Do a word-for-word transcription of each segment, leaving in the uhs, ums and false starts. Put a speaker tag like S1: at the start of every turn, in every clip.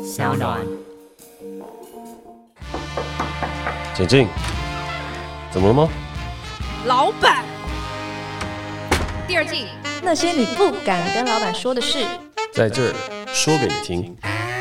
S1: 小暖。
S2: 请进。怎么了吗？
S3: 老板，第二季
S1: 那些你不敢跟老板说的事，
S2: 在这儿说给你听。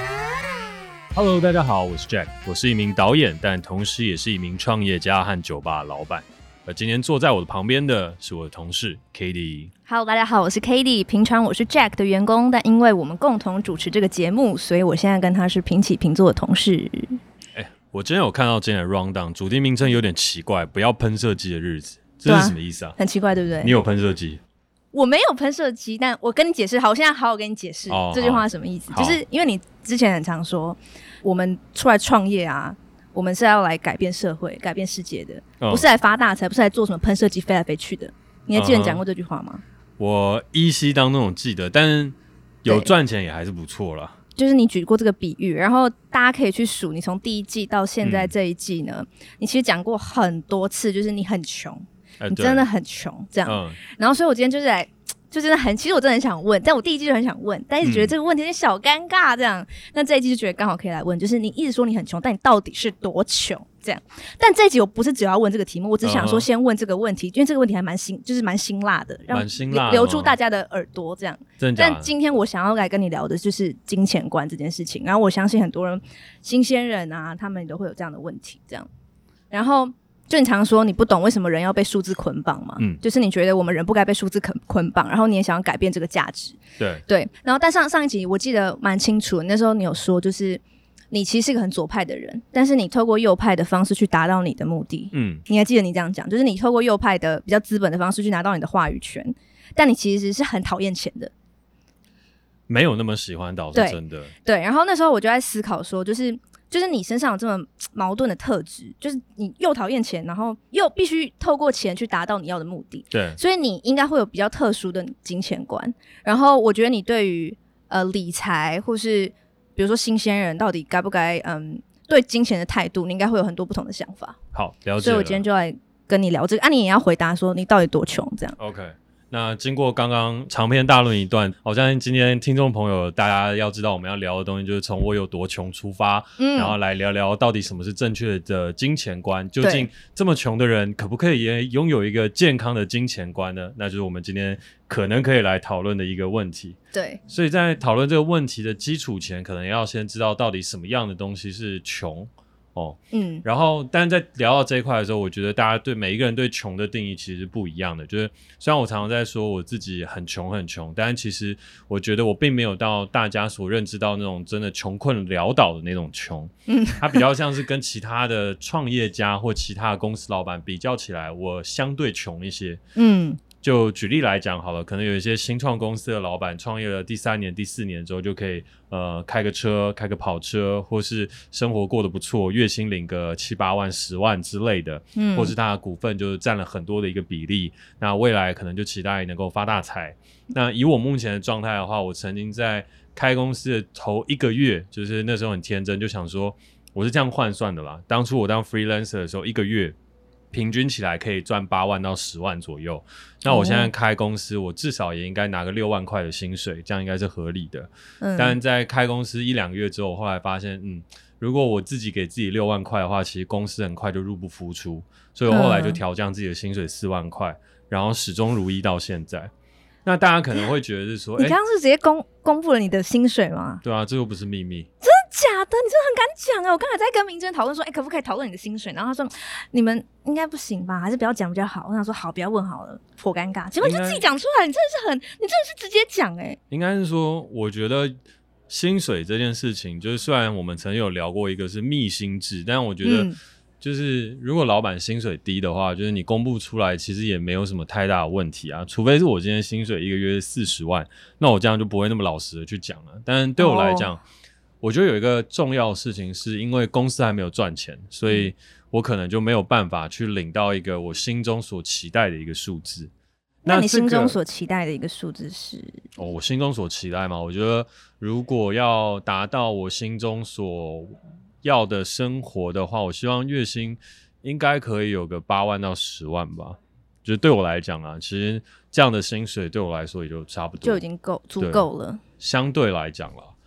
S4: Hello， 大家好，我是 Jack， 我是一名导演，但同时也是一名创业家和酒吧老板。而今天坐在我的旁边的是我的同事 Katie。Hello，
S3: 大家好，我是 Katie。平常我是 Jack 的员工，但因为我们共同主持这个节目，所以我现在跟他是平起平坐的同事。
S4: 欸、我今天有看到今天的 rundown， 主题名称有点奇怪，不要喷射机的日子，这是什么意思啊？
S3: 很奇怪，对不对？
S4: 你有喷射机？
S3: 我没有喷射机，但我跟你解释。好，我现在好好跟你解释、哦、这句话是什么意思。就是因为你之前很常说，我们出来创业啊，我们是要来改变社会、改变世界的，哦、不是来发大财，不是来做什么喷射机飞来飞去的。你还记得你讲过这句话吗？嗯、
S4: 我依稀当中记得，但是有赚钱也还是不错啦。
S3: 就是你举过这个比喻，然后大家可以去数，你从第一季到现在这一季呢，嗯、你其实讲过很多次，就是你很穷。你真的很穷，这样、嗯，然后所以我今天就是来，就真的很，其实我真的很想问，但我第一季就很想问，但一直觉得这个问题有点小尴尬，这样、嗯，那这一季就觉得刚好可以来问，就是你一直说你很穷，但你到底是多穷？这样，但这一集我不是只要问这个题目，我只想说先问这个问题，嗯、因为这个问题还蛮辛，就是蛮辛辣的，让留住大家的耳朵，这样。
S4: 真的假的？
S3: 但今天我想要来跟你聊的就是金钱观这件事情，然后我相信很多人新鲜人啊，他们都会有这样的问题，这样，然后。就你常说你不懂为什么人要被数字捆绑嘛、嗯，就是你觉得我们人不该被数字捆绑，然后你也想要改变这个价值，
S4: 对
S3: 对。然后但上上一集我记得蛮清楚的，那时候你有说，就是你其实是一个很左派的人，但是你透过右派的方式去达到你的目的，嗯，你还记得你这样讲，就是你透过右派的比较资本的方式去拿到你的话语权，但你其实是很讨厌钱的，
S4: 没有那么喜欢倒是真的，
S3: 对。对，然后那时候我就在思考说，就是。就是你身上有这么矛盾的特质，就是你又讨厌钱，然后又必须透过钱去达到你要的目的。
S4: 对，
S3: 所以你应该会有比较特殊的金钱观。然后我觉得你对于呃理财或是比如说新鲜人到底该不该嗯对金钱的态度，你应该会有很多不同的想法。
S4: 好，了解了。
S3: 所以我今天就来跟你聊这个，啊，你也要回答说你到底多穷这样。
S4: OK。那经过刚刚长篇大论一段，好像今天听众朋友大家要知道我们要聊的东西就是从我有多穷出发、嗯、然后来聊聊到底什么是正确的金钱观，究竟这么穷的人可不可以也拥有一个健康的金钱观呢？那就是我们今天可能可以来讨论的一个问题。
S3: 对，
S4: 所以在讨论这个问题的基础前，可能要先知道到底什么样的东西是穷哦，嗯，然后但是在聊到这一块的时候，我觉得大家对每一个人对穷的定义其实是不一样的。就是虽然我常常在说我自己很穷很穷，但是其实我觉得我并没有到大家所认知到那种真的穷困潦倒的那种穷，嗯，它比较像是跟其他的创业家或其他的公司老板比较起来，我相对穷一些，嗯。就举例来讲好了，可能有一些新创公司的老板创业了第三年第四年之后就可以呃开个车开个跑车，或是生活过得不错，月薪领个七八万十万之类的，嗯，或是他的股份就是占了很多的一个比例，那未来可能就期待能够发大财。那以我目前的状态的话，我曾经在开公司的头一个月，就是那时候很天真，就想说我是这样换算的啦，当初我当 freelancer 的时候一个月平均起来可以赚八万到十万左右，那我现在开公司，我至少也应该拿个六万块的薪水，这样应该是合理的。嗯，但在开公司一两个月之后，我后来发现，嗯，如果我自己给自己六万块的话，其实公司很快就入不敷出，所以我后来就调降自己的薪水四万块，然后始终如一到现在。那大家可能会觉得是说，
S3: 你刚刚是直接公公布了你的薪水吗？
S4: 对啊，这又不是秘密。
S3: 真的假的？你真的很敢讲啊！我刚才在跟明真讨论说，哎、欸，可不可以讨论你的薪水？然后他说你们应该不行吧，还是不要讲比较好。我想说好，不要问好了，颇尴尬。结果你就自己讲出来，你真的是很，你真的是直接讲哎、欸。
S4: 应该是说，我觉得薪水这件事情，就是虽然我们曾经有聊过一个是密薪制，但我觉得。嗯，就是如果老板薪水低的话，就是你公布出来其实也没有什么太大的问题啊，除非是我今天薪水一个月四十万，那我这样就不会那么老实的去讲了。但对我来讲、哦、我觉得有一个重要的事情是因为公司还没有赚钱，所以我可能就没有办法去领到一个我心中所期待的一个数字。
S3: 那你心中所期待的一个数字是？
S4: 哦，我心中所期待嘛，我觉得如果要达到我心中所要的生活的话，我希望月薪应该可以有个八万到十万吧。就是对我来讲啊，其实这样的薪水对我来说也就差不多，
S3: 就已经够足够了。
S4: 相对来讲啦，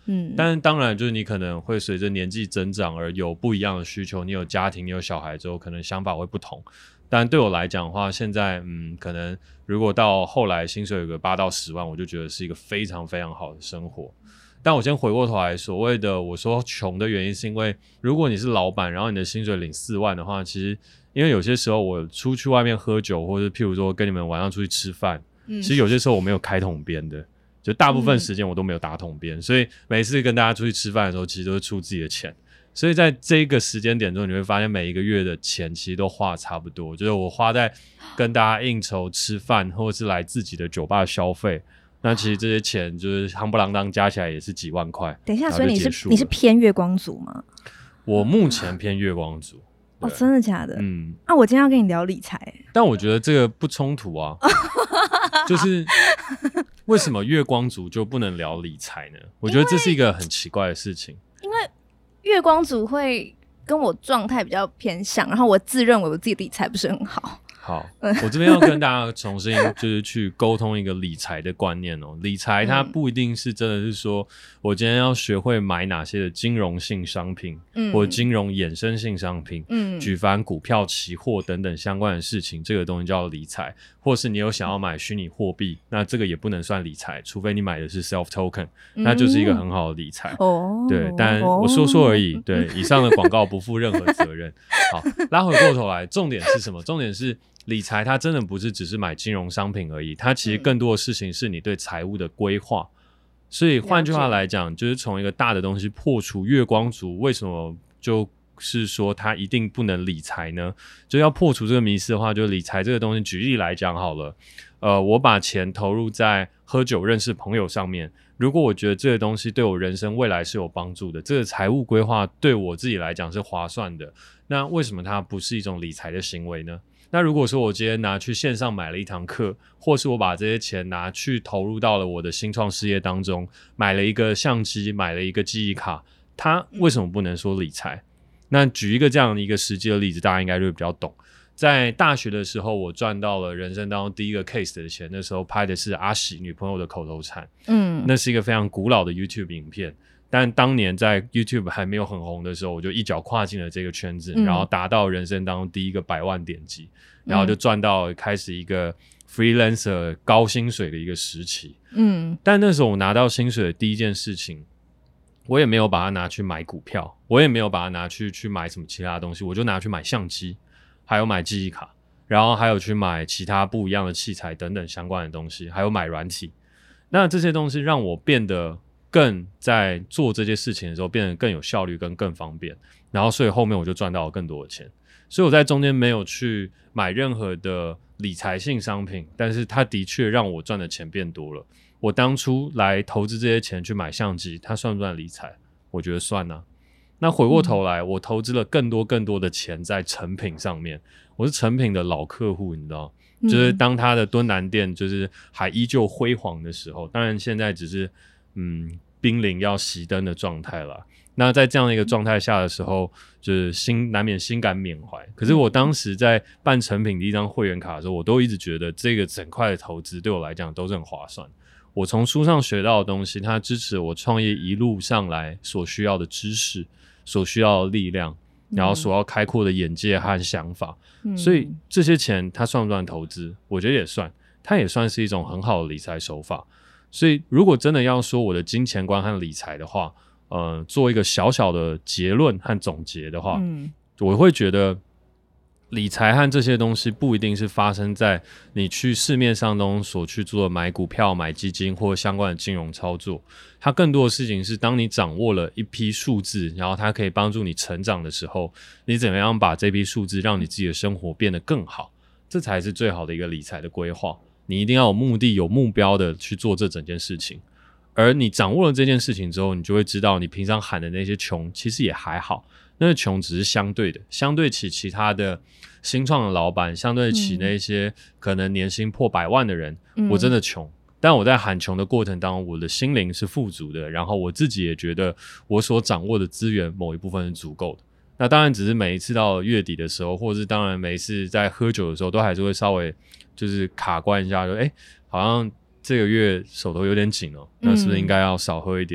S4: 嗯，但是当然就是你可能会随着年纪增长而有不一样的需求，你有家庭你有小孩之后可能想法会不同。但对我来讲的话，现在嗯，可能如果到后来薪水有个八到十万，我就觉得是一个非常非常好的生活。但我先回过头来，所谓的我说穷的原因是因为如果你是老板，然后你的薪水领四万的话，其实因为有些时候我出去外面喝酒，或者譬如说跟你们晚上出去吃饭、嗯、其实有些时候我没有开统编的，就大部分时间我都没有打统编、嗯、所以每次跟大家出去吃饭的时候其实都是出自己的钱，所以在这个时间点中你会发现每一个月的钱其实都花差不多，就是我花在跟大家应酬吃饭或者是来自己的酒吧消费，那其实这些钱就是夯不啷当加起来也是几万块。
S3: 等一下，所以你是你是偏月光族吗？
S4: 我目前偏月光族。
S3: 哦，真的假的？嗯，啊，我今天要跟你聊理财，
S4: 但我觉得这个不冲突啊。就是为什么月光族就不能聊理财呢？我觉得这是一个很奇怪的事情。
S3: 因为月光族会跟我状态比较偏向，然后我自认为我自己理财不是很好。
S4: 好，我这边要跟大家重新就是去沟通一个理财的观念哦。理财它不一定是真的是说我今天要学会买哪些的金融性商品、嗯、或者金融衍生性商品、嗯、举凡股票期货等等相关的事情，这个东西叫理财。或是你有想要买虚拟货币，那这个也不能算理财，除非你买的是 self token、嗯、那就是一个很好的理财、哦、对，但我说说而已、哦、对，以上的广告不负任何责任。好，拉回过头来，重点是什么？重点是理财它真的不是只是买金融商品而已，它其实更多的事情是你对财务的规划、嗯、所以换句话来讲，就是从一个大的东西破除月光族为什么就是说它一定不能理财呢？就要破除这个迷思的话，就理财这个东西举例来讲好了，呃，我把钱投入在喝酒认识朋友上面，如果我觉得这个东西对我人生未来是有帮助的，这个财务规划对我自己来讲是划算的，那为什么它不是一种理财的行为呢？那如果说我今天拿去线上买了一堂课，或是我把这些钱拿去投入到了我的新创事业当中，买了一个相机，买了一个记忆卡，它为什么不能说理财？那举一个这样的一个实际的例子，大家应该就会比较懂。在大学的时候，我赚到了人生当中第一个 case 的钱，那时候拍的是阿喜女朋友的口头禅，嗯，那是一个非常古老的 YouTube 影片，但当年在 YouTube 还没有很红的时候，我就一脚跨进了这个圈子、嗯、然后达到人生当中第一个百万点击、嗯、然后就赚到开始一个 freelancer 高薪水的一个时期，嗯，但那时候我拿到薪水的第一件事情，我也没有把它拿去买股票，我也没有把它拿去去买什么其他的东西，我就拿去买相机，还有买记忆卡，然后还有去买其他不一样的器材等等相关的东西，还有买软体。那这些东西让我变得更在做这些事情的时候变得更有效率跟更方便，然后所以后面我就赚到了更多的钱。所以我在中间没有去买任何的理财性商品，但是它的确让我赚的钱变多了。我当初来投资这些钱去买相机，它算不算理财？我觉得算啊。那回过头来、嗯、我投资了更多更多的钱在成品上面，我是成品的老客户，你知道，就是当他的敦南店就是还依旧辉煌的时候，当然现在只是嗯濒临要熄灯的状态啦。那在这样的一个状态下的时候，就是心难免心感缅怀。可是我当时在办成品第一张会员卡的时候，我都一直觉得这个整块的投资对我来讲都是很划算。我从书上学到的东西，它支持我创业一路上来所需要的知识，所需要的力量，然后所要开阔的眼界和想法、嗯、所以这些钱它算不算投资？我觉得也算，它也算是一种很好的理财手法。所以如果真的要说我的金钱观和理财的话，呃，做一个小小的结论和总结的话、嗯、我会觉得理财和这些东西不一定是发生在你去市面上中所去做的买股票、买基金或相关的金融操作，它更多的事情是当你掌握了一批数字，然后它可以帮助你成长的时候，你怎么样把这批数字让你自己的生活变得更好，这才是最好的一个理财的规划。你一定要有目的、有目标的去做这整件事情，而你掌握了这件事情之后，你就会知道你平常喊的那些穷其实也还好，那个穷只是相对的，相对起其他的新创的老板，相对起那些可能年薪破百万的人、嗯、我真的穷，但我在喊穷的过程当中，我的心灵是富足的，然后我自己也觉得我所掌握的资源某一部分是足够的。那当然只是每一次到月底的时候，或是当然每一次在喝酒的时候，都还是会稍微就是卡关一下，说哎，好像这个月手头有点紧哦，那是不是应该要少喝一点、嗯、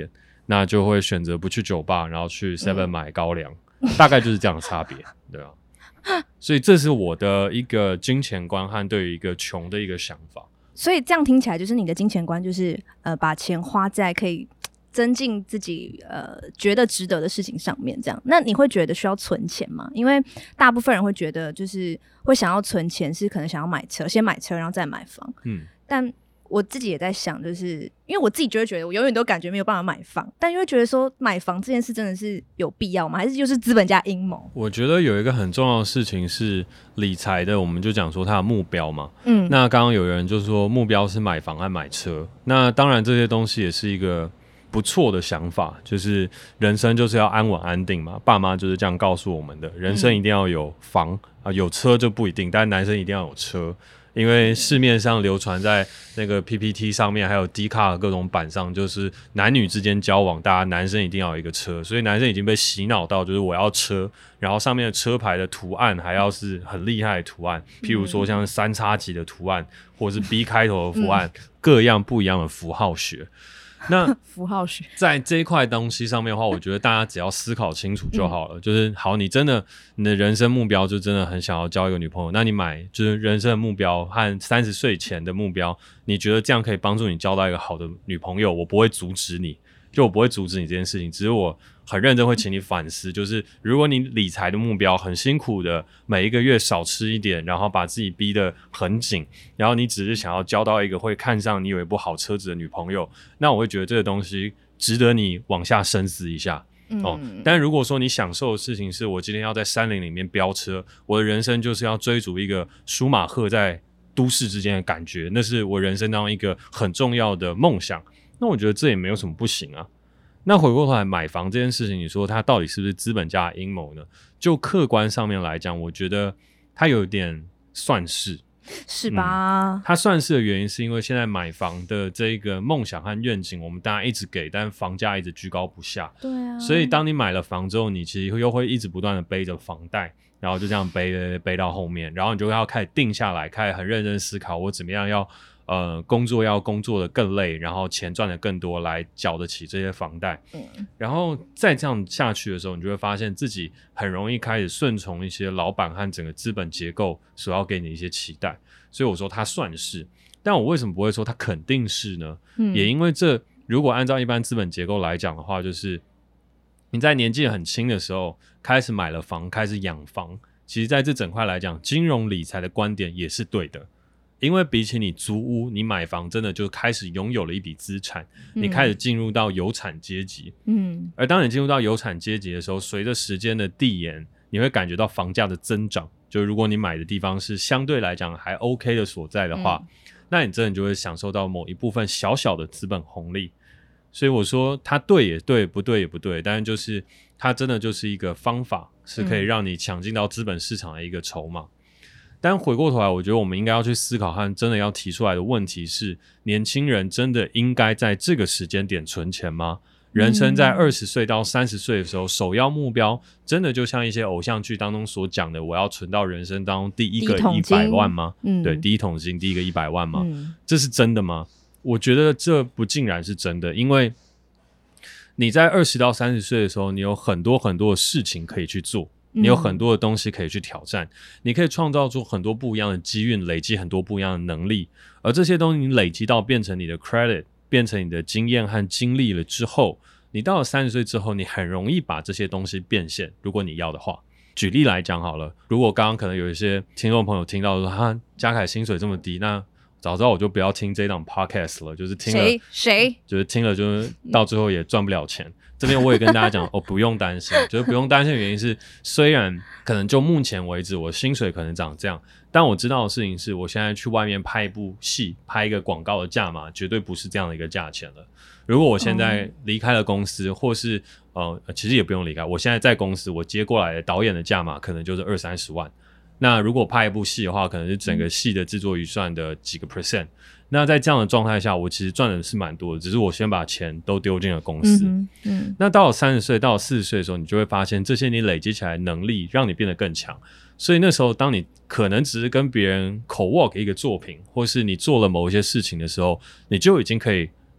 S4: 那就会选择不去酒吧，然后去 Seven 买高粱，嗯、大概就是这样的差别，对啊。所以这是我的一个金钱观和对于一个穷的一个想法。
S3: 所以这样听起来，就是你的金钱观就是呃，把钱花在可以增进自己呃觉得值得的事情上面。这样，那你会觉得需要存钱吗？因为大部分人会觉得，就是会想要存钱，是可能想要买车，先买车，然后再买房。嗯，但我自己也在想，就是因为我自己就会觉得我永远都感觉没有办法买房，但又会觉得说买房这件事真的是有必要吗？还是就是资本家阴谋？
S4: 我觉得有一个很重要的事情是理财的，我们就讲说它的目标嘛。嗯，那刚刚有人就说目标是买房和买车，那当然这些东西也是一个不错的想法，就是人生就是要安稳安定嘛，爸妈就是这样告诉我们的，人生一定要有房、嗯啊、有车就不一定，但男生一定要有车。因为市面上流传在那个 P P T 上面，还有 Dcard 各种版上，就是男女之间交往，大家男生一定要有一个车，所以男生已经被洗脑到，就是我要车，然后上面的车牌的图案还要是很厉害的图案，譬如说像三叉戟的图案，或者是 B 开头的图案，嗯、各样不一样的符号学。那
S3: 符号学
S4: 在这一块东西上面的话，我觉得大家只要思考清楚就好了。嗯、就是好，你真的你的人生目标就真的很想要交一个女朋友，那你买就是人生的目标和三十岁前的目标，你觉得这样可以帮助你交到一个好的女朋友，我不会阻止你，就我不会阻止你这件事情，只是我很认真会请你反思，就是如果你理财的目标很辛苦的每一个月少吃一点，然后把自己逼得很紧，然后你只是想要交到一个会看上你有一部好车子的女朋友，那我会觉得这个东西值得你往下深思一下。嗯、哦，但如果说你享受的事情是我今天要在山林里面飙车，我的人生就是要追逐一个舒马赫在都市之间的感觉，那是我人生当中一个很重要的梦想，那我觉得这也没有什么不行啊。那回过头来买房这件事情，你说它到底是不是资本家的阴谋呢？就客观上面来讲，我觉得它有点算是，
S3: 是吧？
S4: 嗯、它算是的原因是因为现在买房的这个梦想和愿景，我们大家一直给，但房价一直居高不下。
S3: 对啊。
S4: 所以当你买了房之后，你其实又会一直不断的背着房贷，然后就这样背背背到后面，然后你就要开始定下来，开始很认真思考，我怎么样要。呃，工作要工作的更累，然后钱赚的更多，来缴得起这些房贷。嗯，然后再这样下去的时候，你就会发现自己很容易开始顺从一些老板和整个资本结构所要给你一些期待。所以我说它算是，但我为什么不会说它肯定是呢？嗯，也因为这如果按照一般资本结构来讲的话，就是你在年纪很轻的时候开始买了房，开始养房，其实在这整块来讲，金融理财的观点也是对的。因为比起你租屋，你买房真的就开始拥有了一笔资产，嗯、你开始进入到有产阶级。嗯，而当你进入到有产阶级的时候，随着时间的递延，你会感觉到房价的增长。就如果你买的地方是相对来讲还 OK 的所在的话，嗯、那你真的就会享受到某一部分小小的资本红利。所以我说它对也对，不对也不对，但是就是它真的就是一个方法，是可以让你抢进到资本市场的一个筹码。嗯但回过头来，我觉得我们应该要去思考和真的要提出来的问题是：年轻人真的应该在这个时间点存钱吗？人生在二十岁到三十岁的时候，首要目标真的就像一些偶像剧当中所讲的，我要存到人生当中第一个一百万吗？嗯，对，第一桶金，第一个一百万吗？嗯，这是真的吗？我觉得这不尽然是真的，因为你在二十到三十岁的时候，你有很多很多的事情可以去做。你有很多的东西可以去挑战，嗯、你可以创造出很多不一样的机运，累积很多不一样的能力，而这些东西你累积到变成你的 credit， 变成你的经验和经历了之后，你到了三十岁之后，你很容易把这些东西变现，如果你要的话。举例来讲好了，如果刚刚可能有一些听众朋友听到说哈，嘉凯薪水这么低，那早知道我就不要听这档 podcast 了，就是听了
S3: 谁谁
S4: 就是听了就是到最后也赚不了钱。这边我也跟大家讲哦，不用担心，就是不用担心的原因是，虽然可能就目前为止我薪水可能长这样，但我知道的事情是我现在去外面拍一部戏，拍一个广告的价码绝对不是这样的一个价钱了。如果我现在离开了公司，或是呃其实也不用离开，我现在在公司我接过来的导演的价码可能就是二三十万。那如果拍一部戏的话，可能是整个戏的制作预算的几个 percent。那在这样的状态下，我其实赚的是蛮多的，只是我先把钱都丢进了公司。嗯嗯、那到了三十岁，到了四十岁的时候，你就会发现这些你累积起来的能力让你变得更强。所以那时候，当你可能只是跟别人 co-work 一个作品，或是你做了某一些事情的时候，你就已经可以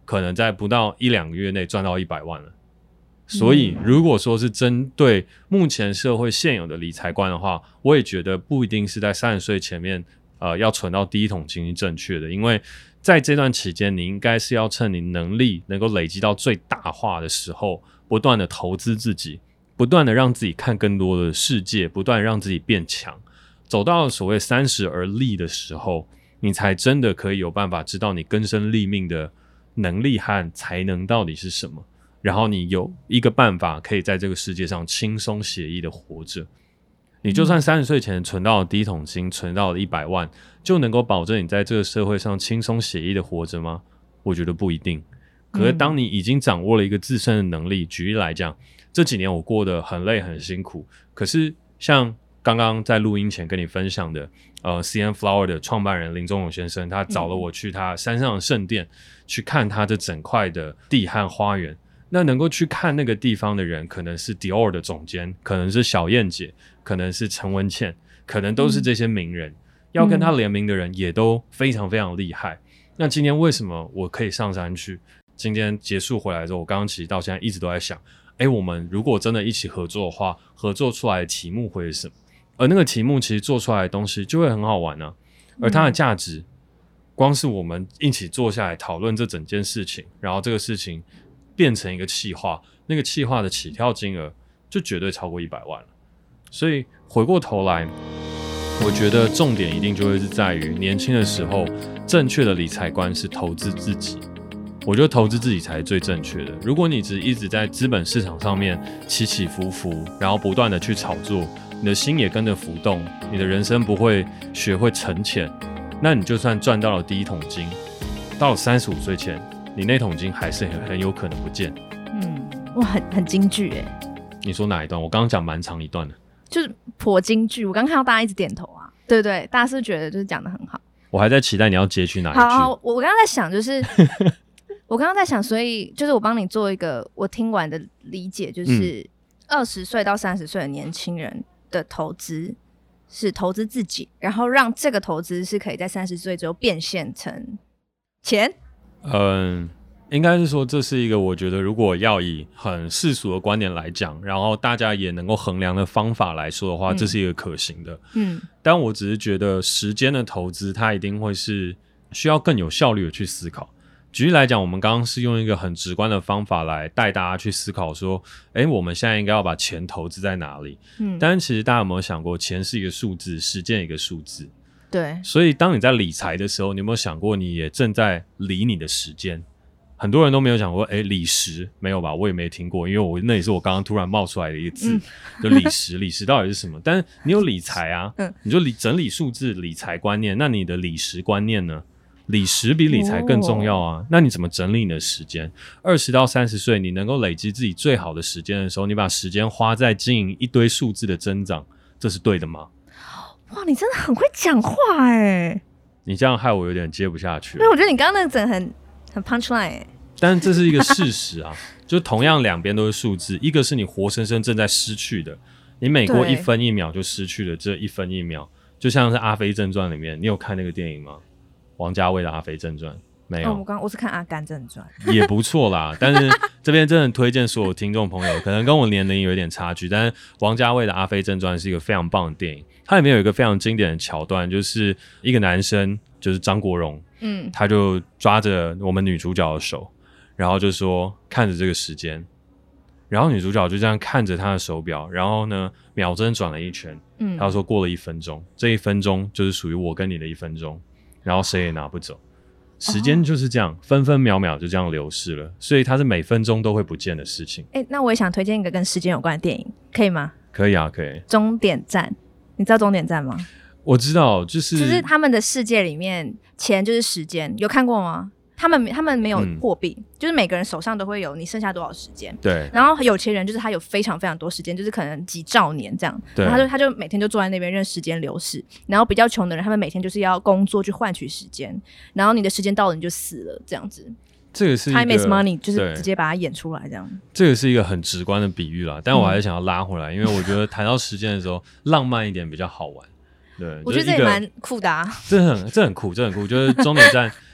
S4: 可能在不到一两个月内赚到一百万了。所以如果说是针对目前社会现有的理财观的话，我也觉得不一定是在三十岁前面呃要存到第一桶金是正确的，因为在这段期间你应该是要趁你能力能够累积到最大化的时候，不断的投资自己，不断的让自己看更多的世界，不断让自己变强，走到所谓三十而立的时候，你才真的可以有办法知道你根深立命的能力和才能到底是什么，然后你有一个办法可以在这个世界上轻松写意的活着。你就算三十岁前存到了第一桶金，存到了一百万，就能够保证你在这个社会上轻松写意的活着吗？我觉得不一定。可是当你已经掌握了一个自身的能力，举例来讲，这几年我过得很累很辛苦，可是像刚刚在录音前跟你分享的呃 C N Flower 的创办人林宗勇先生，他找了我去他山上的圣殿、嗯、去看他这整块的地和花园。那能够去看那个地方的人，可能是 Dior 的总监，可能是小燕姐，可能是陈文茜，可能都是这些名人、嗯、要跟他联名的人也都非常非常厉害。那今天为什么我可以上山去？今天结束回来之后，我刚刚其实到现在一直都在想，诶，我们如果真的一起合作的话，合作出来的题目会是什么？而那个题目其实做出来的东西就会很好玩啊，而它的价值、嗯、光是我们一起坐下来讨论这整件事情，然后这个事情变成一个企划，那个企划的起跳金额就绝对超过一百万了。所以回过头来，我觉得重点一定就会是在于年轻的时候，正确的理财观是投资自己。我觉得投资自己才是最正确的。如果你只一直在资本市场上面起起伏伏，然后不断的去炒作，你的心也跟着浮动，你的人生不会学会沉潜，那你就算赚到了第一桶金，到了三十五岁前，你那桶金还是 很, 很有可能不见。
S3: 嗯，哇，很很金句耶。
S4: 你说哪一段？我刚刚讲蛮长一段的，
S3: 就是颇金句。我刚看到大家一直点头啊，对不对？大家是不是觉得就是讲得很好？
S4: 我还在期待你要截取哪一句。
S3: 好好，我刚刚在想，就是我刚刚在想，所以就是我帮你做一个我听完的理解，就是二十岁到三十岁的年轻人的投资是投资自己，然后让这个投资是可以在三十岁之后变现成钱。嗯，
S4: 应该是说这是一个我觉得如果要以很世俗的观点来讲，然后大家也能够衡量的方法来说的话、嗯、这是一个可行的。嗯，但我只是觉得时间的投资它一定会是需要更有效率的去思考。举例来讲，我们刚刚是用一个很直观的方法来带大家去思考说，诶，我们现在应该要把钱投资在哪里？嗯，但是其实大家有没有想过，钱是一个数字，时间一个数字。
S3: 对，
S4: 所以当你在理财的时候，你有没有想过，你也正在理你的时间？很多人都没有想过，诶，理时没有吧？我也没听过，因为我那也是我刚刚突然冒出来的一个字，嗯、就理时。理时到底是什么？但是你有理财啊，嗯、你就理整理数字、理财观念，那你的理时观念呢？理时比理财更重要啊、哦、那你怎么整理你的时间？二十到三十岁你能够累积自己最好的时间的时候，你把时间花在经营一堆数字的增长，这是对的吗？
S3: 哇，你真的很会讲话耶。
S4: 你这样害我有点接不下去。
S3: 因为我觉得你刚刚那个整很很 punchline 耶。
S4: 但这是一个事实啊就同样两边都是数字，一个是你活生生正在失去的，你每过一分一秒就失去了这一分一秒，就像是阿飞正传里面，你有看那个电影吗？王家卫的阿飞正传没有、
S3: 哦、我刚我是看阿甘正传
S4: 也不错啦但是这边真的推荐所有听众朋友，可能跟我年龄有一点差距，但是王家卫的阿飞正传是一个非常棒的电影。它里面有一个非常经典的桥段，就是一个男生就是张国荣，嗯，他就抓着我们女主角的手，然后就说看着这个时间，然后女主角就这样看着他的手表，然后呢秒针转了一圈，嗯，他说过了一分钟，这一分钟就是属于我跟你的一分钟，然后谁也拿不走。时间就是这样、哦、分分秒秒就这样流逝了，所以它是每分钟都会不见的事情。
S3: 欸，那我也想推荐一个跟时间有关的电影，可以吗？
S4: 可以啊，可以。终
S3: 点站，你知道终点站吗？
S4: 我知道，就是
S3: 就是他们的世界里面钱就是时间，有看过吗？他们他们没有货币、嗯、就是每个人手上都会有你剩下多少时间。
S4: 对。
S3: 然后有钱人就是他有非常非常多时间，就是可能几兆年这样。对。然后他就他就每天就坐在那边任时间流逝。然后比较穷的人，他们每天就是要工作去换取时间。然后你的时间到了你就死了，这样子。
S4: 这个是一个
S3: time is money， 就是直接把它演出来这样。
S4: 这个是一个很直观的比喻啦，但我还是想要拉回来，嗯、因为我觉得谈到时间的时候，浪漫一点比较好玩。对，
S3: 我觉得这也蛮酷的啊。
S4: 这很这很酷，这很酷，就是终点站。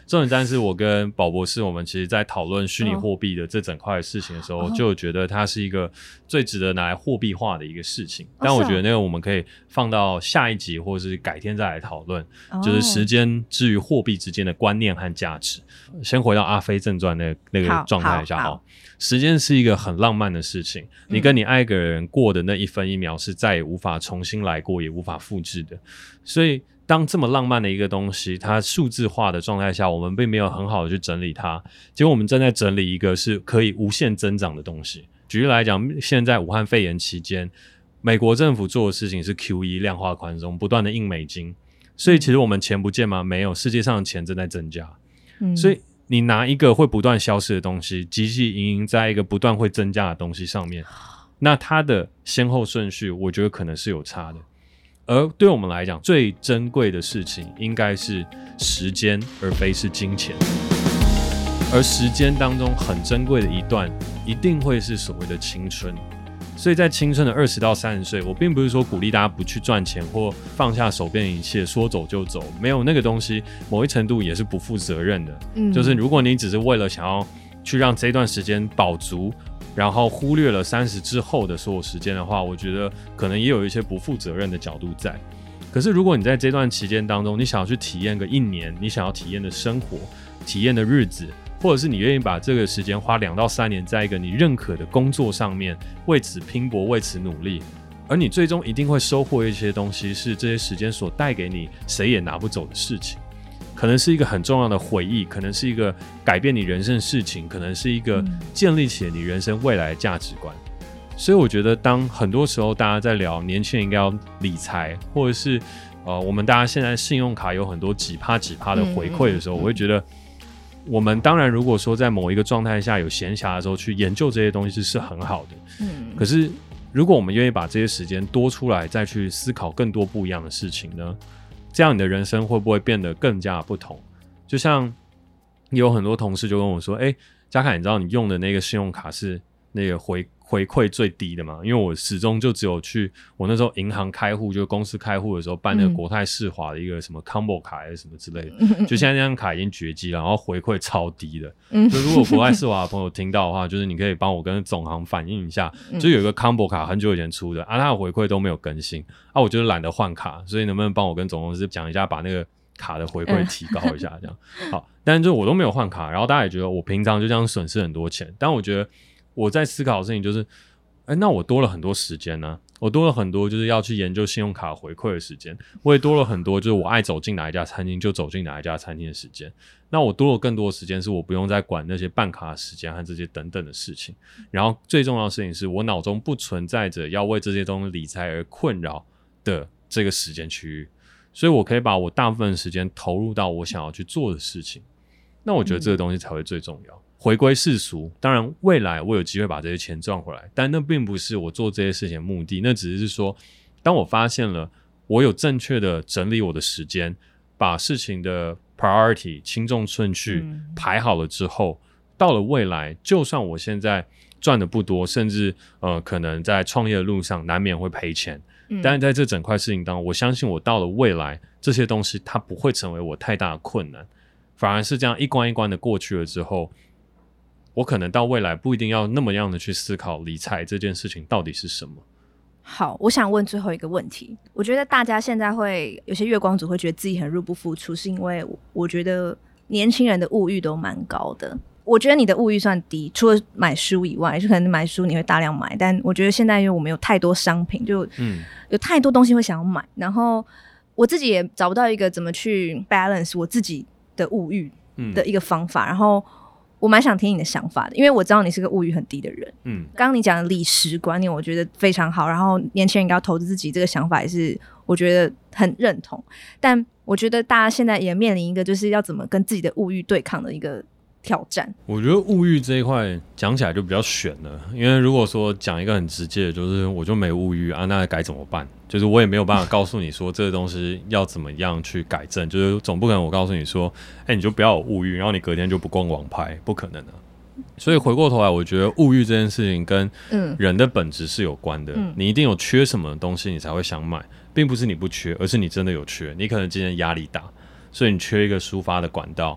S4: 重点战士我跟宝博士我们其实在讨论虚拟货币的这整块的事情的时候、哦、就觉得它是一个最值得拿来货币化的一个事情、哦、但我觉得那个我们可以放到下一集或是改天再来讨论、哦、就是时间至于货币之间的观念和价值。先回到阿飞正传那那个状态一下好，时间是一个很浪漫的事情，你跟你爱个人过的那一分一秒是再也无法重新来过也无法复制的，所以当这么浪漫的一个东西它数字化的状态下，我们并没有很好的去整理它，结果我们正在整理一个是可以无限增长的东西。举例来讲，现在武汉肺炎期间美国政府做的事情是 Q E 量化宽松，不断的印美金，所以其实我们钱不见吗？没有，世界上的钱正在增加、嗯、所以你拿一个会不断消失的东西汲汲营营在一个不断会增加的东西上面，那它的先后顺序我觉得可能是有差的。而对我们来讲最珍贵的事情应该是时间而非是金钱，而时间当中很珍贵的一段一定会是所谓的青春。所以在青春的二十到三十岁，我并不是说鼓励大家不去赚钱或放下手边一切说走就走，没有那个东西某一程度也是不负责任的、嗯、就是如果你只是为了想要去让这段时间饱足，然后忽略了三十之后的所有时间的话，我觉得可能也有一些不负责任的角度在。可是如果你在这段期间当中，你想要去体验个一年你想要体验的生活体验的日子，或者是你愿意把这个时间花两到三年在一个你认可的工作上面为此拼搏为此努力，而你最终一定会收获一些东西，是这些时间所带给你谁也拿不走的事情，可能是一个很重要的回忆，可能是一个改变你人生的事情，可能是一个建立起你人生未来的价值观。所以我觉得当很多时候大家在聊年轻人应该要理财，或者是呃，我们大家现在信用卡有很多几趴几趴的回馈的时候、嗯、我会觉得我们当然如果说在某一个状态下有闲暇的时候去研究这些东西是很好的、嗯、可是如果我们愿意把这些时间多出来再去思考更多不一样的事情呢，这样你的人生会不会变得更加不同？就像有很多同事就跟我说，哎，嘉凯你知道你用的那个信用卡是那个回回馈最低的嘛？因为我始终就只有去我那时候银行开户，就公司开户的时候办那个国泰世华的一个什么 combo 卡还是什么之类的、嗯、就现在那张卡已经绝迹了，然后回馈超低的、嗯、就如果国泰世华的朋友听到的话，就是你可以帮我跟总行反映一下，就有一个 combo 卡很久以前出的啊，它的回馈都没有更新啊，我就是懒得换卡，所以能不能帮我跟总公司讲一下，把那个卡的回馈提高一下这样、嗯、好，但是就我都没有换卡，然后大家也觉得我平常就这样损失很多钱，但我觉得我在思考的事情就是哎，那我多了很多时间呢、啊，我多了很多就是要去研究信用卡回馈的时间，我也多了很多就是我爱走进哪一家餐厅就走进哪一家餐厅的时间，那我多了更多的时间是我不用再管那些办卡的时间和这些等等的事情，然后最重要的事情是我脑中不存在着要为这些东西理财而困扰的这个时间区域，所以我可以把我大部分的时间投入到我想要去做的事情，那我觉得这个东西才会最重要、嗯，回归世俗，当然未来我有机会把这些钱赚回来，但那并不是我做这些事情的目的，那只是说当我发现了我有正确的整理我的时间，把事情的 priority 轻重顺序排好了之后、嗯、到了未来就算我现在赚的不多，甚至呃可能在创业的路上难免会赔钱、嗯、但是在这整块事情当中，我相信我到了未来这些东西它不会成为我太大的困难，反而是这样一关一关的过去了之后，我可能到未来不一定要那么样的去思考理财这件事情到底是什么。
S3: 好，我想问最后一个问题，我觉得大家现在会有些月光族会觉得自己很入不敷出，是因为我觉得年轻人的物欲都蛮高的，我觉得你的物欲算低，除了买书以外，就可能买书你会大量买，但我觉得现在因为我们有太多商品，就有太多东西会想要买、嗯、然后我自己也找不到一个怎么去 balance 我自己的物欲的一个方法、嗯、然后我蛮想听你的想法的，因为我知道你是个物欲很低的人。嗯，刚刚你讲的理时观念我觉得非常好，然后年轻人应该要投资自己这个想法也是我觉得很认同，但我觉得大家现在也面临一个就是要怎么跟自己的物欲对抗的一个挑战。
S4: 我觉得物欲这一块讲起来就比较悬了，因为如果说讲一个很直接的，就是我就没物欲啊，那该怎么办？就是我也没有办法告诉你说这个东西要怎么样去改正，就是总不可能我告诉你说，哎、欸，你就不要有物欲，然后你隔天就不逛网拍，不可能啊。所以回过头来，我觉得物欲这件事情跟人的本质是有关的、嗯。你一定有缺什么东西，你才会想买，并不是你不缺，而是你真的有缺。你可能今天压力大，所以你缺一个抒发的管道。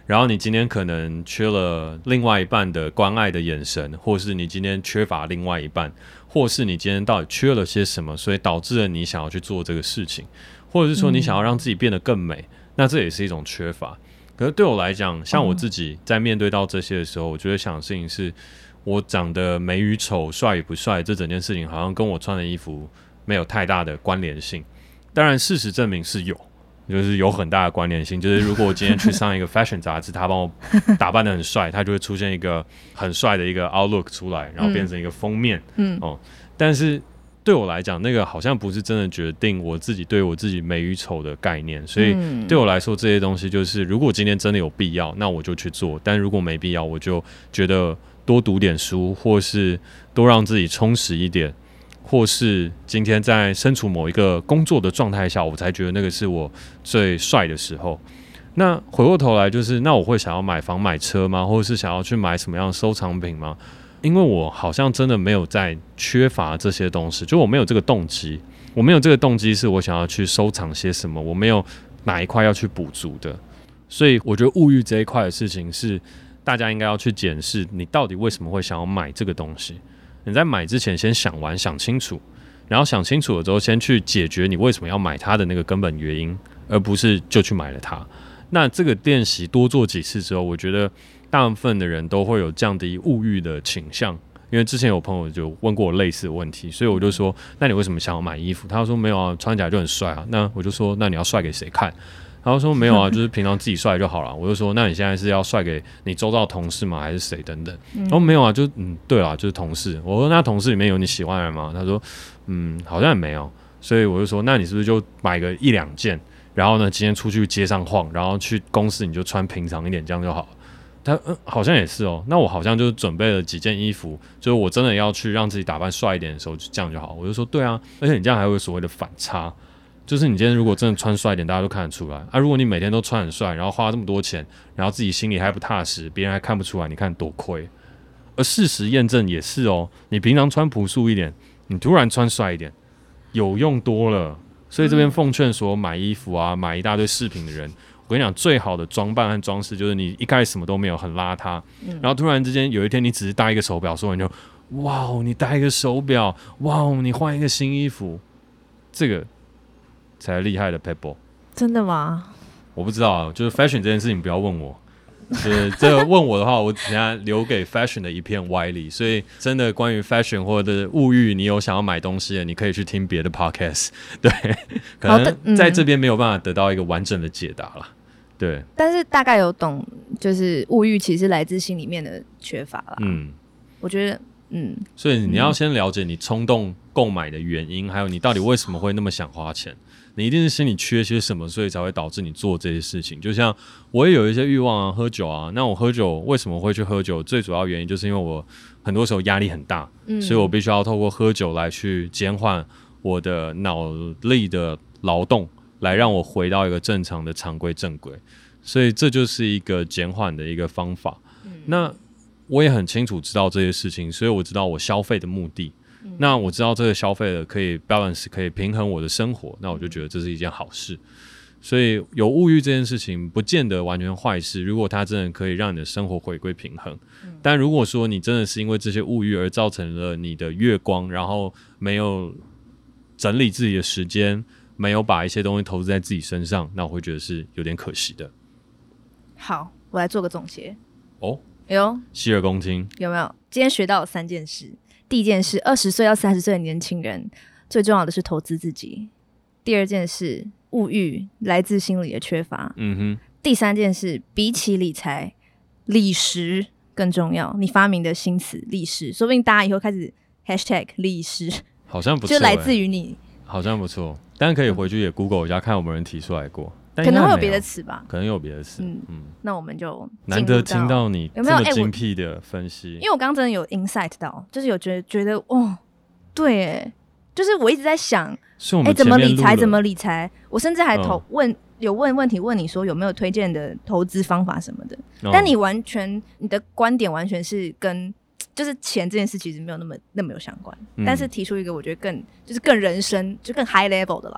S4: 然后你今天可能缺了另外一半的关爱的眼神，或是你今天缺乏另外一半，或是你今天到底缺了些什么，所以导致了你想要去做这个事情，或者是说你想要让自己变得更美、嗯、那这也是一种缺乏。可是对我来讲，像我自己在面对到这些的时候、嗯、我觉得想的事情是，我长得美与丑帅与不帅这整件事情好像跟我穿的衣服没有太大的关联性。当然事实证明是有，就是有很大的关联性，就是如果我今天去上一个 fashion 杂志，他帮我打扮得很帅，他就会出现一个很帅的一个 outlook 出来，然后变成一个封面、嗯哦、但是对我来讲，那个好像不是真的决定我自己对我自己美与丑的概念，所以对我来说这些东西就是如果今天真的有必要，那我就去做，但如果没必要，我就觉得多读点书，或是多让自己充实一点，或是今天在身处某一个工作的状态下，我才觉得那个是我最帅的时候。那回过头来就是，那我会想要买房买车吗？或者是想要去买什么样的收藏品吗？因为我好像真的没有在缺乏这些东西，就我没有这个动机，我没有这个动机是我想要去收藏些什么，我没有哪一块要去补足的。所以我觉得物欲这一块的事情是大家应该要去检视，你到底为什么会想要买这个东西。你在买之前先想完想清楚，然后想清楚了之后先去解决你为什么要买它的那个根本原因，而不是就去买了它。那这个练习多做几次之后，我觉得大部分的人都会有降低物欲的倾向。因为之前有朋友就问过我类似的问题，所以我就说那你为什么想要买衣服？他说没有啊，穿起来就很帅啊。那我就说那你要帅给谁看？他说没有啊，就是平常自己帅就好了。我就说那你现在是要帅给你周遭的同事吗？还是谁等等？他说没有啊，就嗯对啦，就是同事。我说那同事里面有你喜欢的人吗？他说嗯好像也没有。所以我就说那你是不是就买个一两件，然后呢今天出去街上晃，然后去公司你就穿平常一点，这样就好了。他嗯好像也是哦，那我好像就准备了几件衣服，就是我真的要去让自己打扮帅一点的时候，就这样就好。我就说对啊，而且你这样还会有所谓的反差，就是你今天如果真的穿帅一点，大家都看得出来啊。如果你每天都穿很帅，然后花这么多钱，然后自己心里还不踏实，别人还看不出来，你看多亏。而事实验证也是哦，你平常穿朴素一点，你突然穿帅一点，有用多了。所以这边奉劝所有买衣服啊、买一大堆饰品的人，我跟你讲，最好的装扮和装饰就是你一开始什么都没有，很邋遢，嗯、然后突然之间有一天你只是戴一个手表，所有人就哇哦，你戴一个手表，哇哦，你换一个新衣服，这个才厉害的 Pebble。
S3: 真的吗？
S4: 我不知道啊，就是 fashion 这件事情不要问我。就是这个问我的话，我等一下留给 fashion 的一片歪理。所以真的关于 fashion 或者物欲，你有想要买东西的，你可以去听别的 podcast。对，可能在这边没有办法得到一个完整的解答了。对，
S3: 但是大概有懂，就是物欲其实来自心里面的缺乏啦。嗯，我觉得，嗯，
S4: 所以你要先了解你冲动购买的原因，还有你到底为什么会那么想花钱。你一定是心里缺些什么，所以才会导致你做这些事情。就像我也有一些欲望啊，喝酒啊。那我喝酒为什么会去喝酒？最主要原因就是因为我很多时候压力很大，嗯、所以我必须要透过喝酒来去减缓我的脑力的劳动，来让我回到一个正常的常规正轨。所以这就是一个减缓的一个方法。嗯、那我也很清楚知道这些事情，所以我知道我消费的目的。那我知道这个消费的可以 balance 可以平衡我的生活，那我就觉得这是一件好事。所以有物欲这件事情不见得完全坏事，如果它真的可以让你的生活回归平衡。但如果说你真的是因为这些物欲而造成了你的月光，然后没有整理自己的时间，没有把一些东西投资在自己身上，那我会觉得是有点可惜的。
S3: 好，我来做个总结。
S4: 哦，
S3: 有
S4: 洗耳恭听，
S3: 有没有？今天学到了三件事。第一件事，二十岁到三十岁的年轻人，最重要的是投资自己。第二件事，物欲来自心理的缺乏。嗯哼。第三件事，比起理财，理时更重要。你发明的新词理时，说不定大家以后开始 hashtag 理时，
S4: 好像不错、欸，
S3: 就来自于你，
S4: 好像不错。但可以回去也 Google 一下，看有没有人提出来过。
S3: 可能会有别的词吧，
S4: 可能有别的词。嗯
S3: 嗯，那我们就
S4: 难得听到你这么精辟的分析，
S3: 因为我刚刚真的有 insight 到，就是有觉得觉得哦，对，哎，就是我一直在想，哎，怎么理财？怎么理财？我甚至还投、嗯、问有问问题问你说有没有推荐的投资方法什么的，哦、但你完全你的观点完全是跟就是钱这件事其实没有那么那么有相关，嗯、但是提出一个我觉得更就是更人生就更 high level 的啦。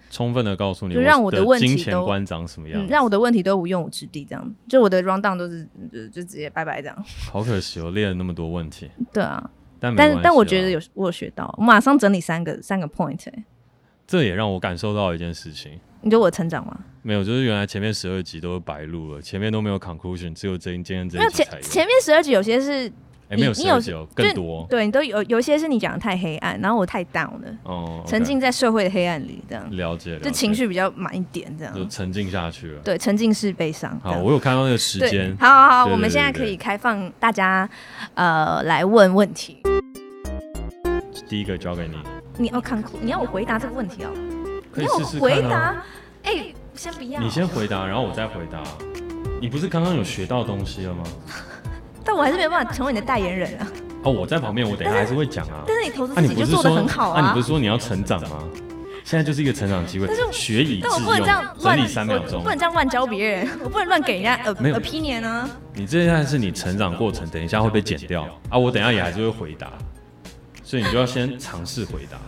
S4: 充分的告诉你
S3: 就让我的问题
S4: 金钱观长什么样、嗯，
S3: 让我的问题都无用武之地，这样就我的 round down 都是就就直接拜拜这样。
S4: 好可惜，我列了那么多问题。
S3: 对啊，
S4: 但没
S3: 但但我觉得有我有学到，我马上整理三个三个 point、欸。
S4: 这也让我感受到一件事情。
S3: 你觉得我成长吗？
S4: 没有，就是原来前面十二集都是白录了，前面都没有 conclusion， 只有这今天这一集才有。
S3: 前前面十二集有些是。
S4: 欸、没有十二集有更多，
S3: 对你都有有一些是你讲的太黑暗，然后我太 down 了，哦， okay, 沉浸在社会的黑暗里，这样
S4: 了解，了解，
S3: 就情绪比较满一点，这样
S4: 就沉浸下去了。
S3: 对，沉浸式悲伤。
S4: 好，我有看到那个时间。
S3: 好好好，我们现在可以开放大家呃来问问题。
S4: 第一个交给你，
S3: 你要 conclude， 你要我回答这个问题哦？
S4: 可以试试看、啊。
S3: 回答？哎、欸，先不要。
S4: 你先回答，然后我再回答。你不是刚刚有学到东西了吗？
S3: 但我还是没有办法成为你的代言人啊。
S4: 哦，我在旁边，我等一下还是会讲啊。
S3: 但是你投资自己就做得很好啊。
S4: 啊，你不是说你要成长吗？现在就是一个成长机会。但是学以致用，整理三秒钟。
S3: 不能这样乱教别人，我不能乱给人家 opinion 啊。
S4: 你这现在是你成长过程，等一下会被剪掉啊。我等一下也还是会回答，所以你就要先尝试回答。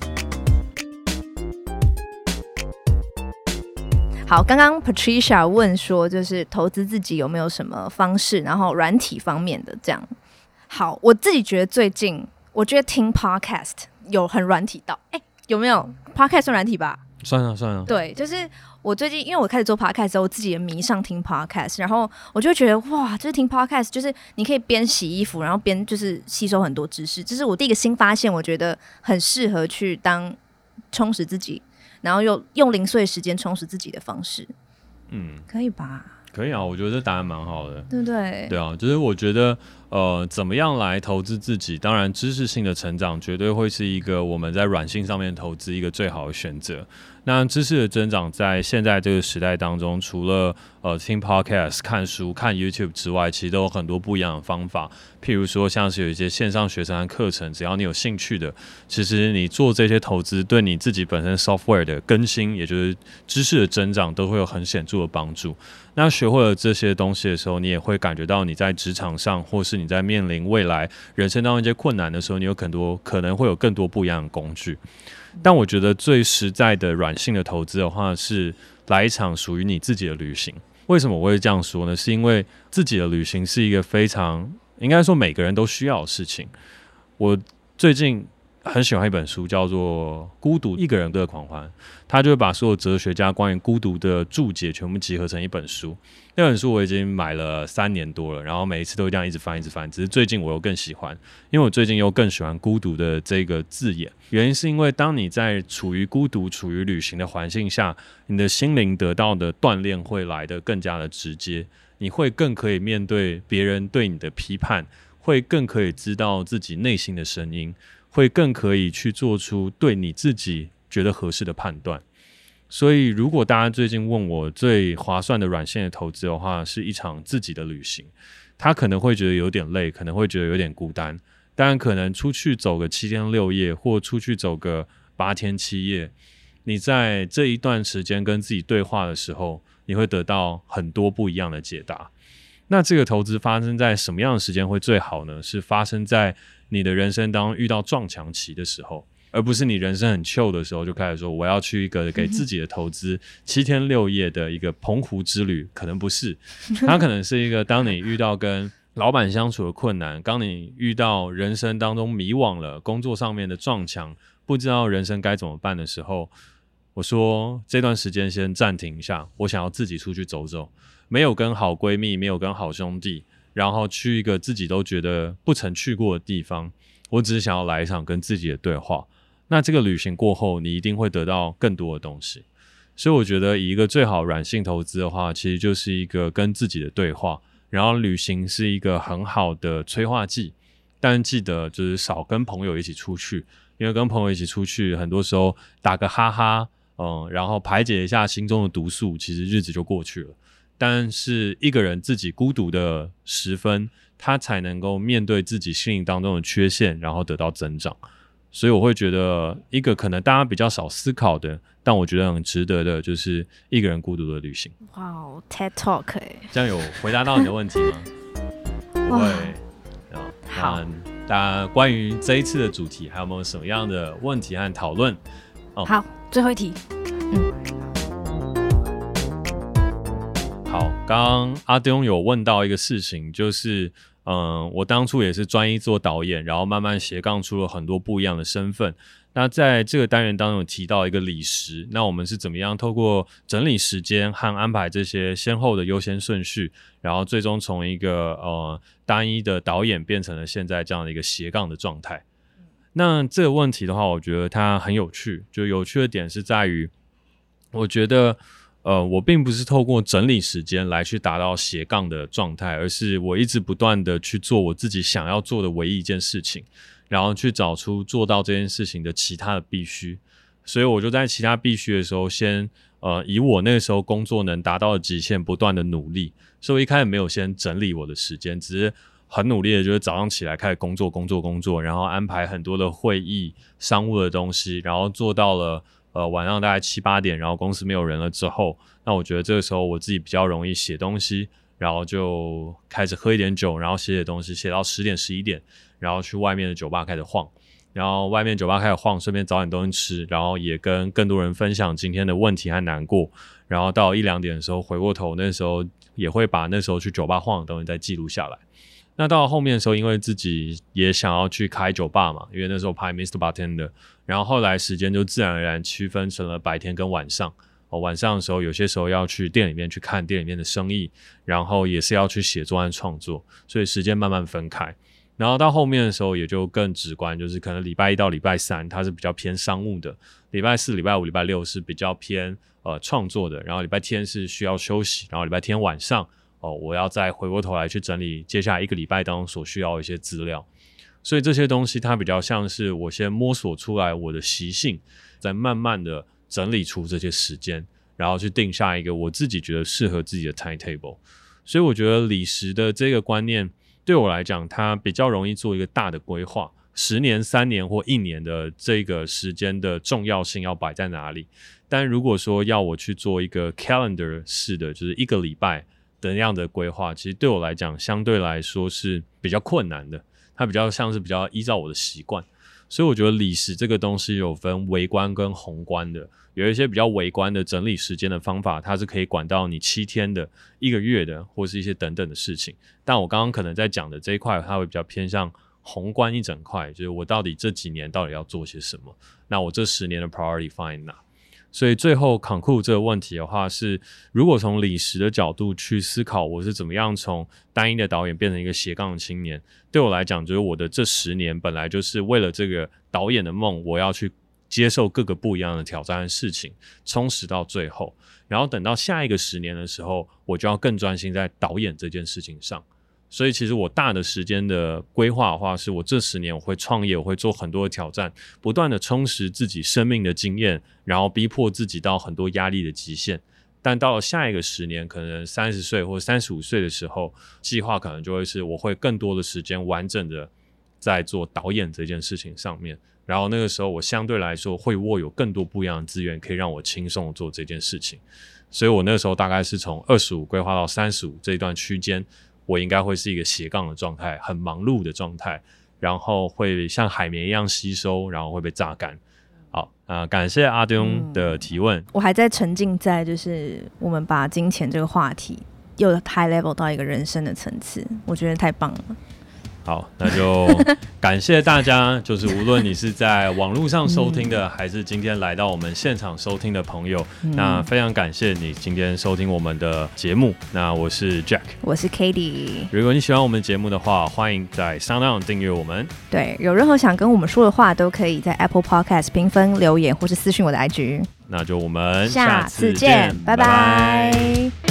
S3: 好，刚刚 Patricia 问说，就是投资自己有没有什么方式，然后软体方面的这样。好，我自己觉得最近，我觉得听 podcast 有很软体到，哎、欸，有没有 podcast 算软体吧？
S4: 算啊，算啊。
S3: 对，就是我最近因为我开始做 podcast 之后，我自己也迷上听 podcast， 然后我就会觉得哇，就是听 podcast， 就是你可以边洗衣服，然后边就是吸收很多知识，这是我第一个新发现，我觉得很适合去当充实自己。然后用用零碎时间充实自己的方式，嗯，可以吧？
S4: 可以啊，我觉得这答案蛮好的，
S3: 对不对？
S4: 对啊，就是我觉得，呃，怎么样来投资自己？当然，知识性的成长绝对会是一个我们在软性上面投资一个最好的选择。那知识的增长，在现在这个时代当中，除了呃听 podcast、看书、看 YouTube 之外，其实都有很多不一样的方法。譬如说，像是有一些线上学程和课程，只要你有兴趣的，其实你做这些投资，对你自己本身 software 的更新，也就是知识的增长，都会有很显著的帮助。那学会了这些东西的时候，你也会感觉到你在职场上，或是你在面临未来人生当中一些困难的时候，你有很多可能会有更多不一样的工具。但我觉得最实在的软性的投资的话，是来一场属于你自己的旅行。为什么我会这样说呢？是因为自己的旅行是一个非常应该说每个人都需要的事情。我最近很喜欢一本书，叫做《孤独一个人的狂欢》，他就会把所有哲学家关于孤独的注解全部集合成一本书。那本书我已经买了三年多了，然后每一次都这样一直翻一直翻，只是最近我又更喜欢，因为我最近又更喜欢孤独的这个字眼。原因是因为当你在处于孤独、处于旅行的环境下，你的心灵得到的锻炼会来得更加的直接，你会更可以面对别人对你的批判，会更可以知道自己内心的声音，会更可以去做出对你自己觉得合适的判断。所以如果大家最近问我最划算的软性的投资的话，是一场自己的旅行。他可能会觉得有点累，可能会觉得有点孤单，当然可能出去走个七天六夜，或出去走个八天七夜，你在这一段时间跟自己对话的时候，你会得到很多不一样的解答。那这个投资发生在什么样的时间会最好呢？是发生在你的人生当中遇到撞墙期的时候，而不是你人生很 chill 的时候就开始说我要去一个给自己的投资七天六夜的一个澎湖之旅，可能不是，它可能是一个当你遇到跟老板相处的困难，当你遇到人生当中迷惘了，工作上面的撞墙，不知道人生该怎么办的时候，我说这段时间先暂停一下，我想要自己出去走走，没有跟好闺蜜，没有跟好兄弟，然后去一个自己都觉得不曾去过的地方，我只是想要来一场跟自己的对话。那这个旅行过后，你一定会得到更多的东西。所以我觉得以一个最好软性投资的话，其实就是一个跟自己的对话，然后旅行是一个很好的催化剂。但记得就是少跟朋友一起出去，因为跟朋友一起出去很多时候打个哈哈，嗯，然后排解一下心中的毒素，其实日子就过去了。但是一个人自己孤独的时分，他才能够面对自己心灵当中的缺陷，然后得到增长。所以我会觉得一个可能大家比较少思考的，但我觉得很值得的，就是一个人孤独的旅行。
S3: 哇哦 ，TED Talk 哎，
S4: 这样有回答到你的问题吗？不会。好，大家关于这一次的主题还有没有什么样的问题和讨论？
S3: 哦、好，最后一题， 嗯。
S4: 好，刚刚阿东有问到一个事情，就是嗯，我当初也是专一做导演，然后慢慢斜杠出了很多不一样的身份。那在这个单元当中有提到一个理时，那我们是怎么样透过整理时间和安排这些先后的优先顺序，然后最终从一个呃单一的导演变成了现在这样的一个斜杠的状态。那这个问题的话，我觉得它很有趣，就有趣的点是在于，我觉得呃我并不是透过整理时间来去达到斜杠的状态，而是我一直不断的去做我自己想要做的唯一一件事情，然后去找出做到这件事情的其他的必须。所以我就在其他必须的时候先呃以我那个时候工作能达到的极限不断的努力。所以我一开始没有先整理我的时间，只是很努力的就是早上起来开始工作工作工作，然后安排很多的会议商务的东西，然后做到了呃晚上大概七八点，然后公司没有人了之后，那我觉得这个时候我自己比较容易写东西，然后就开始喝一点酒，然后写写东西，写到十点十一点，然后去外面的酒吧开始晃，然后外面酒吧开始晃，顺便找点东西吃，然后也跟更多人分享今天的问题和难过，然后到一两点的时候回过头，那时候也会把那时候去酒吧晃的东西再记录下来。那到后面的时候，因为自己也想要去开酒吧嘛，因为那时候拍 mister Bartender， 然后后来时间就自然而然区分成了白天跟晚上。哦，晚上的时候有些时候要去店里面去看店里面的生意，然后也是要去写作和创作，所以时间慢慢分开。然后到后面的时候也就更直观，就是可能礼拜一到礼拜三它是比较偏商务的，礼拜四礼拜五礼拜六是比较偏呃创作的，然后礼拜天是需要休息，然后礼拜天晚上哦我要再回过头来去整理接下来一个礼拜当中所需要的一些资料。所以这些东西它比较像是我先摸索出来我的习性，再慢慢的整理出这些时间，然后去定下一个我自己觉得适合自己的 timetable。 所以我觉得理时的这个观念对我来讲，它比较容易做一个大的规划，十年三年或一年的这个时间的重要性要摆在哪里。但如果说要我去做一个 calendar 式的，就是一个礼拜的那样的规划，其实对我来讲相对来说是比较困难的，它比较像是比较依照我的习惯。所以我觉得理时这个东西有分微观跟宏观的，有一些比较微观的整理时间的方法，它是可以管到你七天的、一个月的，或是一些等等的事情。但我刚刚可能在讲的这一块，它会比较偏向宏观一整块，就是我到底这几年到底要做些什么，那我这十年的 priority 放在哪。所以最后 conclude 这个问题的话是，如果从理时的角度去思考我是怎么样从单一的导演变成一个斜杠的青年，对我来讲就是我的这十年本来就是为了这个导演的梦，我要去接受各个不一样的挑战和事情，充实到最后，然后等到下一个十年的时候，我就要更专心在导演这件事情上。所以其实我大的时间的规划的话，是我这十年我会创业，我会做很多的挑战，不断的充实自己生命的经验，然后逼迫自己到很多压力的极限。但到了下一个十年，可能三十岁或三十五岁的时候，计划可能就会是我会更多的时间完整的在做导演这件事情上面，然后那个时候我相对来说会握有更多不一样的资源，可以让我轻松的做这件事情。所以我那个时候大概是从二十五规划到三十五这一段区间，我应该会是一个斜杠的状态，很忙碌的状态，然后会像海绵一样吸收，然后会被榨干。好，呃，感谢阿东的提问、嗯、
S3: 我还在沉浸在就是我们把金钱这个话题又 high level 到一个人生的层次，我觉得太棒了。
S4: 好，那就感谢大家就是无论你是在网络上收听的、嗯、还是今天来到我们现场收听的朋友、嗯、那非常感谢你今天收听我们的节目。那我是 Jack，
S3: 我是 Katie。
S4: 如果你喜欢我们节目的话，欢迎在 SoundOn 订阅我们。
S3: 对，有任何想跟我们说的话都可以在 Apple Podcast 评分留言或是私讯我的 I G。
S4: 那就我们
S3: 下次见，拜拜。